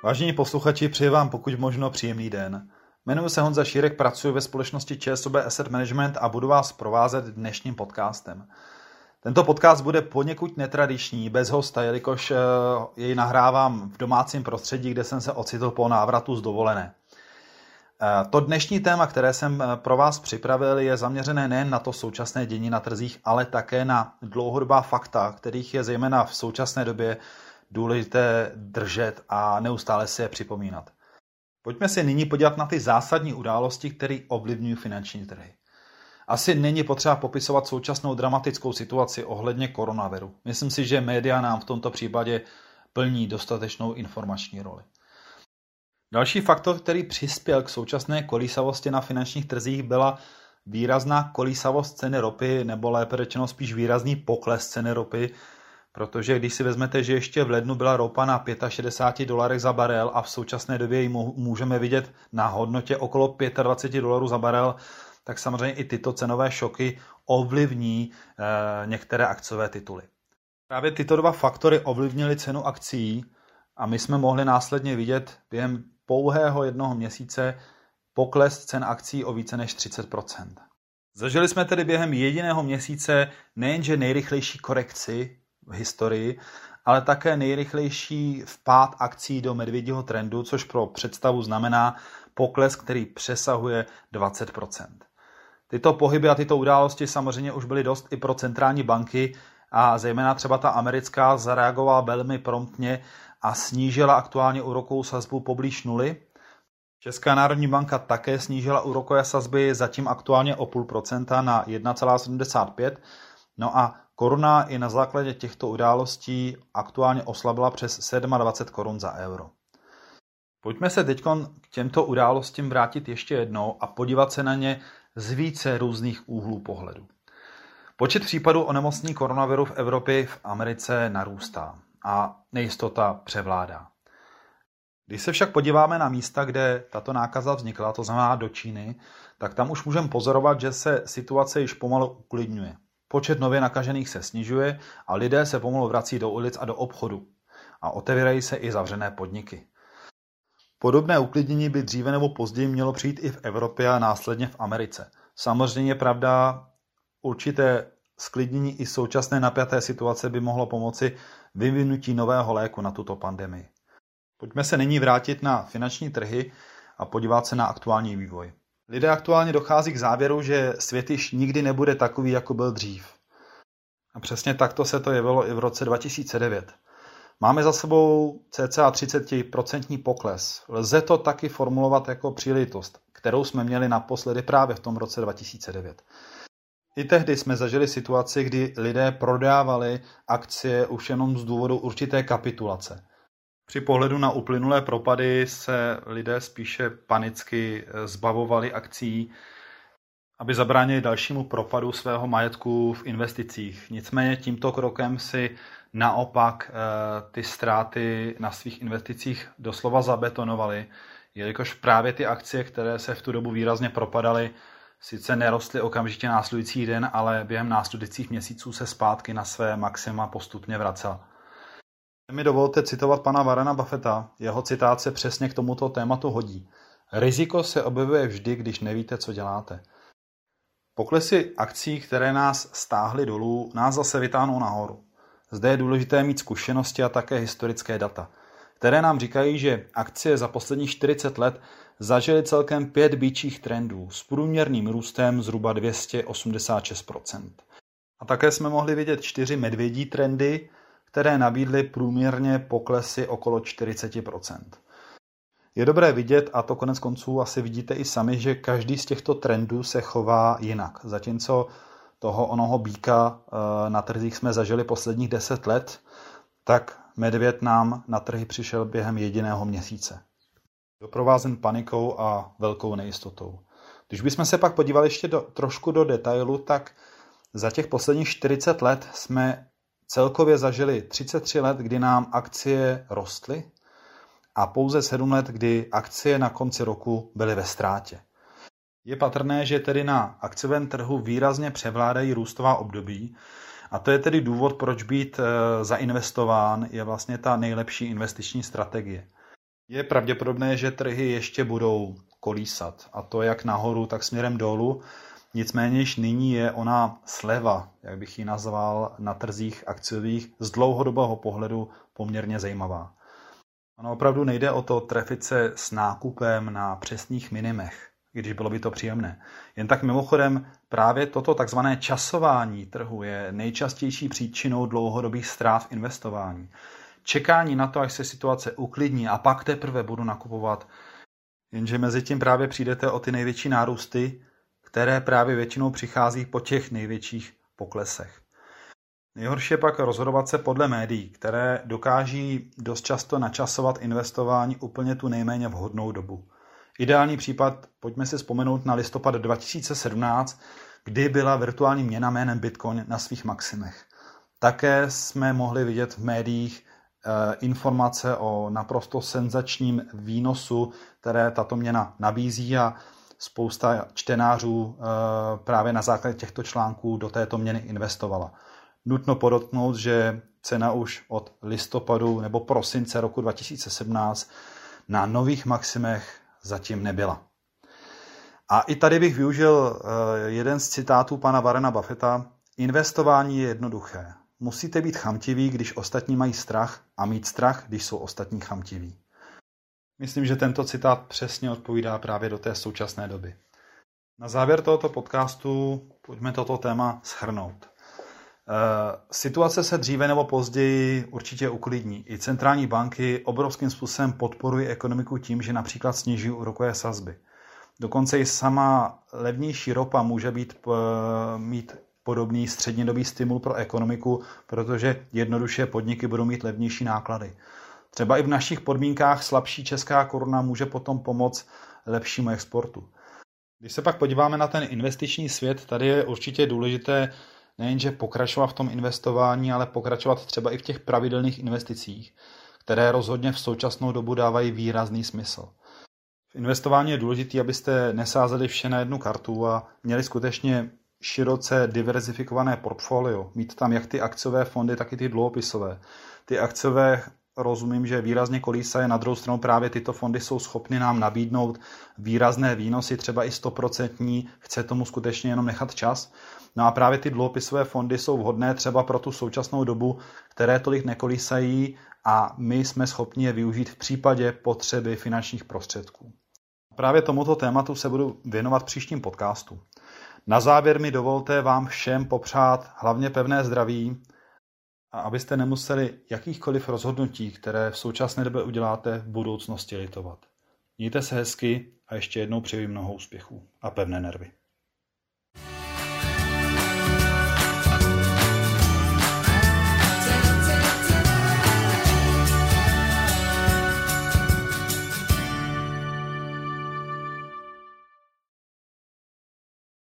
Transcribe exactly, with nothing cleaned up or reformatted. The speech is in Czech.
Vážení posluchači, přeji vám pokud možno příjemný den. Jmenuji se Honza Šírek, pracuji ve společnosti ČSOB Asset Management a budu vás provázet dnešním podcastem. Tento podcast bude poněkud netradiční, bez hosta, jelikož jej nahrávám v domácím prostředí, kde jsem se ocitl po návratu z dovolené. To dnešní téma, které jsem pro vás připravil, je zaměřené nejen na to současné dění na trzích, ale také na dlouhodobá fakta, kterých je zejména v současné době důležité držet a neustále si je připomínat. Pojďme se nyní podívat na ty zásadní události, které ovlivňují finanční trhy. Asi není potřeba popisovat současnou dramatickou situaci ohledně koronaviru. Myslím si, že média nám v tomto případě plní dostatečnou informační roli. Další faktor, který přispěl k současné kolísavosti na finančních trzích, byla výrazná kolísavost ceny ropy, nebo lépe řečeno spíš výrazný pokles ceny ropy, protože když si vezmete, že ještě v lednu byla ropa na šedesáti pěti dolarech za barel a v současné době ji můžeme vidět na hodnotě okolo dvacet pět dolarů za barel, tak samozřejmě i tyto cenové šoky ovlivní e, některé akciové tituly. Právě tyto dva faktory ovlivnily cenu akcií a my jsme mohli následně vidět během pouhého jednoho měsíce pokles cen akcií o více než třicet procent. Zažili jsme tedy během jediného měsíce nejenže nejrychlejší korekci v historii, ale také nejrychlejší vpád akcií do medvědího trendu, což pro představu znamená pokles, který přesahuje dvacet procent. Tyto pohyby a tyto události samozřejmě už byly dost i pro centrální banky a zejména třeba ta americká zareagovala velmi promptně a snížila aktuálně úrokovou sazbu poblíž nuly. Česká národní banka také snížila úrokové sazby zatím aktuálně o půl procenta na jedna celá sedmdesát pět. No a koruna i na základě těchto událostí aktuálně oslabila přes dvacet sedm korun za euro. Pojďme se teď k těmto událostím vrátit ještě jednou a podívat se na ně z více různých úhlů pohledu. Počet případů onemocnění koronaviru v Evropě v Americe narůstá a nejistota převládá. Když se však podíváme na místa, kde tato nákaza vznikla, to znamená do Číny, tak tam už můžeme pozorovat, že se situace již pomalu uklidňuje. Počet nově nakažených se snižuje a lidé se pomalu vrací do ulic a do obchodu. A otevírají se i zavřené podniky. Podobné uklidnění by dříve nebo později mělo přijít i v Evropě a následně v Americe. Samozřejmě pravda, určité sklidnění i současné napjaté situace by mohlo pomoci vyvinutí nového léku na tuto pandemii. Pojďme se nyní vrátit na finanční trhy a podívat se na aktuální vývoj. Lidé aktuálně dochází k závěru, že svět již nikdy nebude takový, jako byl dřív. A přesně takto se to jevilo i v roce dva tisíce devět. Máme za sebou cca třicet procent pokles. Lze to taky formulovat jako příležitost, kterou jsme měli naposledy právě v tom roce dva tisíce devět. I tehdy jsme zažili situaci, kdy lidé prodávali akcie už jenom z důvodu určité kapitulace. Při pohledu na uplynulé propady se lidé spíše panicky zbavovali akcií, aby zabránili dalšímu propadu svého majetku v investicích. Nicméně tímto krokem si naopak ty ztráty na svých investicích doslova zabetonovali, jelikož právě ty akcie, které se v tu dobu výrazně propadaly, sice nerostly okamžitě následující den, ale během následujících měsíců se zpátky na své maxima postupně vracela. Mi dovolte citovat pana Warrena Buffetta, jeho citát se přesně k tomuto tématu hodí. Riziko se objevuje vždy, když nevíte, co děláte. Poklesy akcí, které nás stáhly dolů, nás zase vytáhnou nahoru. Zde je důležité mít zkušenosti a také historické data, které nám říkají, že akcie za posledních čtyřicet let zažily celkem pět býčích trendů s průměrným růstem zhruba dvě stě osmdesát šest procent. A také jsme mohli vidět čtyři medvědí trendy, které nabídly průměrně poklesy okolo čtyřicet procent. Je dobré vidět, a to konec konců asi vidíte i sami, že každý z těchto trendů se chová jinak. Zatímco toho onoho býka na trzích jsme zažili posledních deset let, tak medvěd nám na trhy přišel během jediného měsíce. Doprovázen panikou a velkou nejistotou. Když bychom se pak podívali ještě do, trošku do detailu, tak za těch posledních čtyřicet let jsme celkově zažili třicet tři let, kdy nám akcie rostly a pouze sedm let, kdy akcie na konci roku byly ve ztrátě. Je patrné, že tedy na akciovém trhu výrazně převládají růstová období a to je tedy důvod, proč být zainvestován je vlastně ta nejlepší investiční strategie. Je pravděpodobné, že trhy ještě budou kolísat, a to jak nahoru, tak směrem dolů. Nicméně již nyní je ona sleva, jak bych ji nazval, na trzích akciových z dlouhodobého pohledu poměrně zajímavá. Ono opravdu nejde o to trefit se s nákupem na přesných minimech, i když bylo by to příjemné. Jen tak mimochodem právě toto takzvané časování trhu je nejčastější příčinou dlouhodobých ztrát v investování. Čekání na to, až se situace uklidní a pak teprve budu nakupovat, jenže mezi tím právě přijdete o ty největší nárůsty, které právě většinou přichází po těch největších poklesech. Nejhorší je pak rozhodovat se podle médií, které dokáží dost často načasovat investování úplně tu nejméně vhodnou dobu. Ideální případ, pojďme si vzpomenout na listopad dva tisíce sedmnáct, kdy byla virtuální měna jménem Bitcoin na svých maximech. Také jsme mohli vidět v médiích e, informace o naprosto senzačním výnosu, které tato měna nabízí, a spousta čtenářů e, právě na základě těchto článků do této měny investovala. Nutno podotknout, že cena už od listopadu nebo prosince roku dva tisíce sedmnáct na nových maximech zatím nebyla. A i tady bych využil jeden z citátů pana Warrena Buffetta. Investování je jednoduché. Musíte být chamtiví, když ostatní mají strach, a mít strach, když jsou ostatní chamtiví. Myslím, že tento citát přesně odpovídá právě do té současné doby. Na závěr tohoto podcastu pojďme toto téma shrnout. Situace se dříve nebo později určitě uklidní. I centrální banky obrovským způsobem podporují ekonomiku tím, že například snižují úrokové sazby. Dokonce i sama levnější ropa může být, mít podobný střednědobý stimul pro ekonomiku, protože jednoduše podniky budou mít levnější náklady. Třeba i v našich podmínkách slabší česká koruna může potom pomoct lepšímu exportu. Když se pak podíváme na ten investiční svět, tady je určitě důležité nejenže pokračovat v tom investování, ale pokračovat třeba i v těch pravidelných investicích, které rozhodně v současnou dobu dávají výrazný smysl. V investování je důležité, abyste nesázeli vše na jednu kartu a měli skutečně široce diverzifikované portfolio. Mít tam jak ty akciové fondy, tak i ty dluhopisové. Ty akciové rozumím, že výrazně kolísají, na druhou stranu právě tyto fondy jsou schopny nám nabídnout výrazné výnosy, třeba i stoprocentní, chce tomu skutečně jenom nechat čas. No a právě ty dluhopisové fondy jsou vhodné třeba pro tu současnou dobu, které tolik nekolísají, a my jsme schopni je využít v případě potřeby finančních prostředků. Právě tomuto tématu se budu věnovat v příštím podcastu. Na závěr mi dovolte vám všem popřát hlavně pevné zdraví, a abyste nemuseli jakýchkoliv rozhodnutí, které v současné době uděláte, v budoucnosti litovat. Mějte se hezky a ještě jednou přeji mnoho úspěchů a pevné nervy.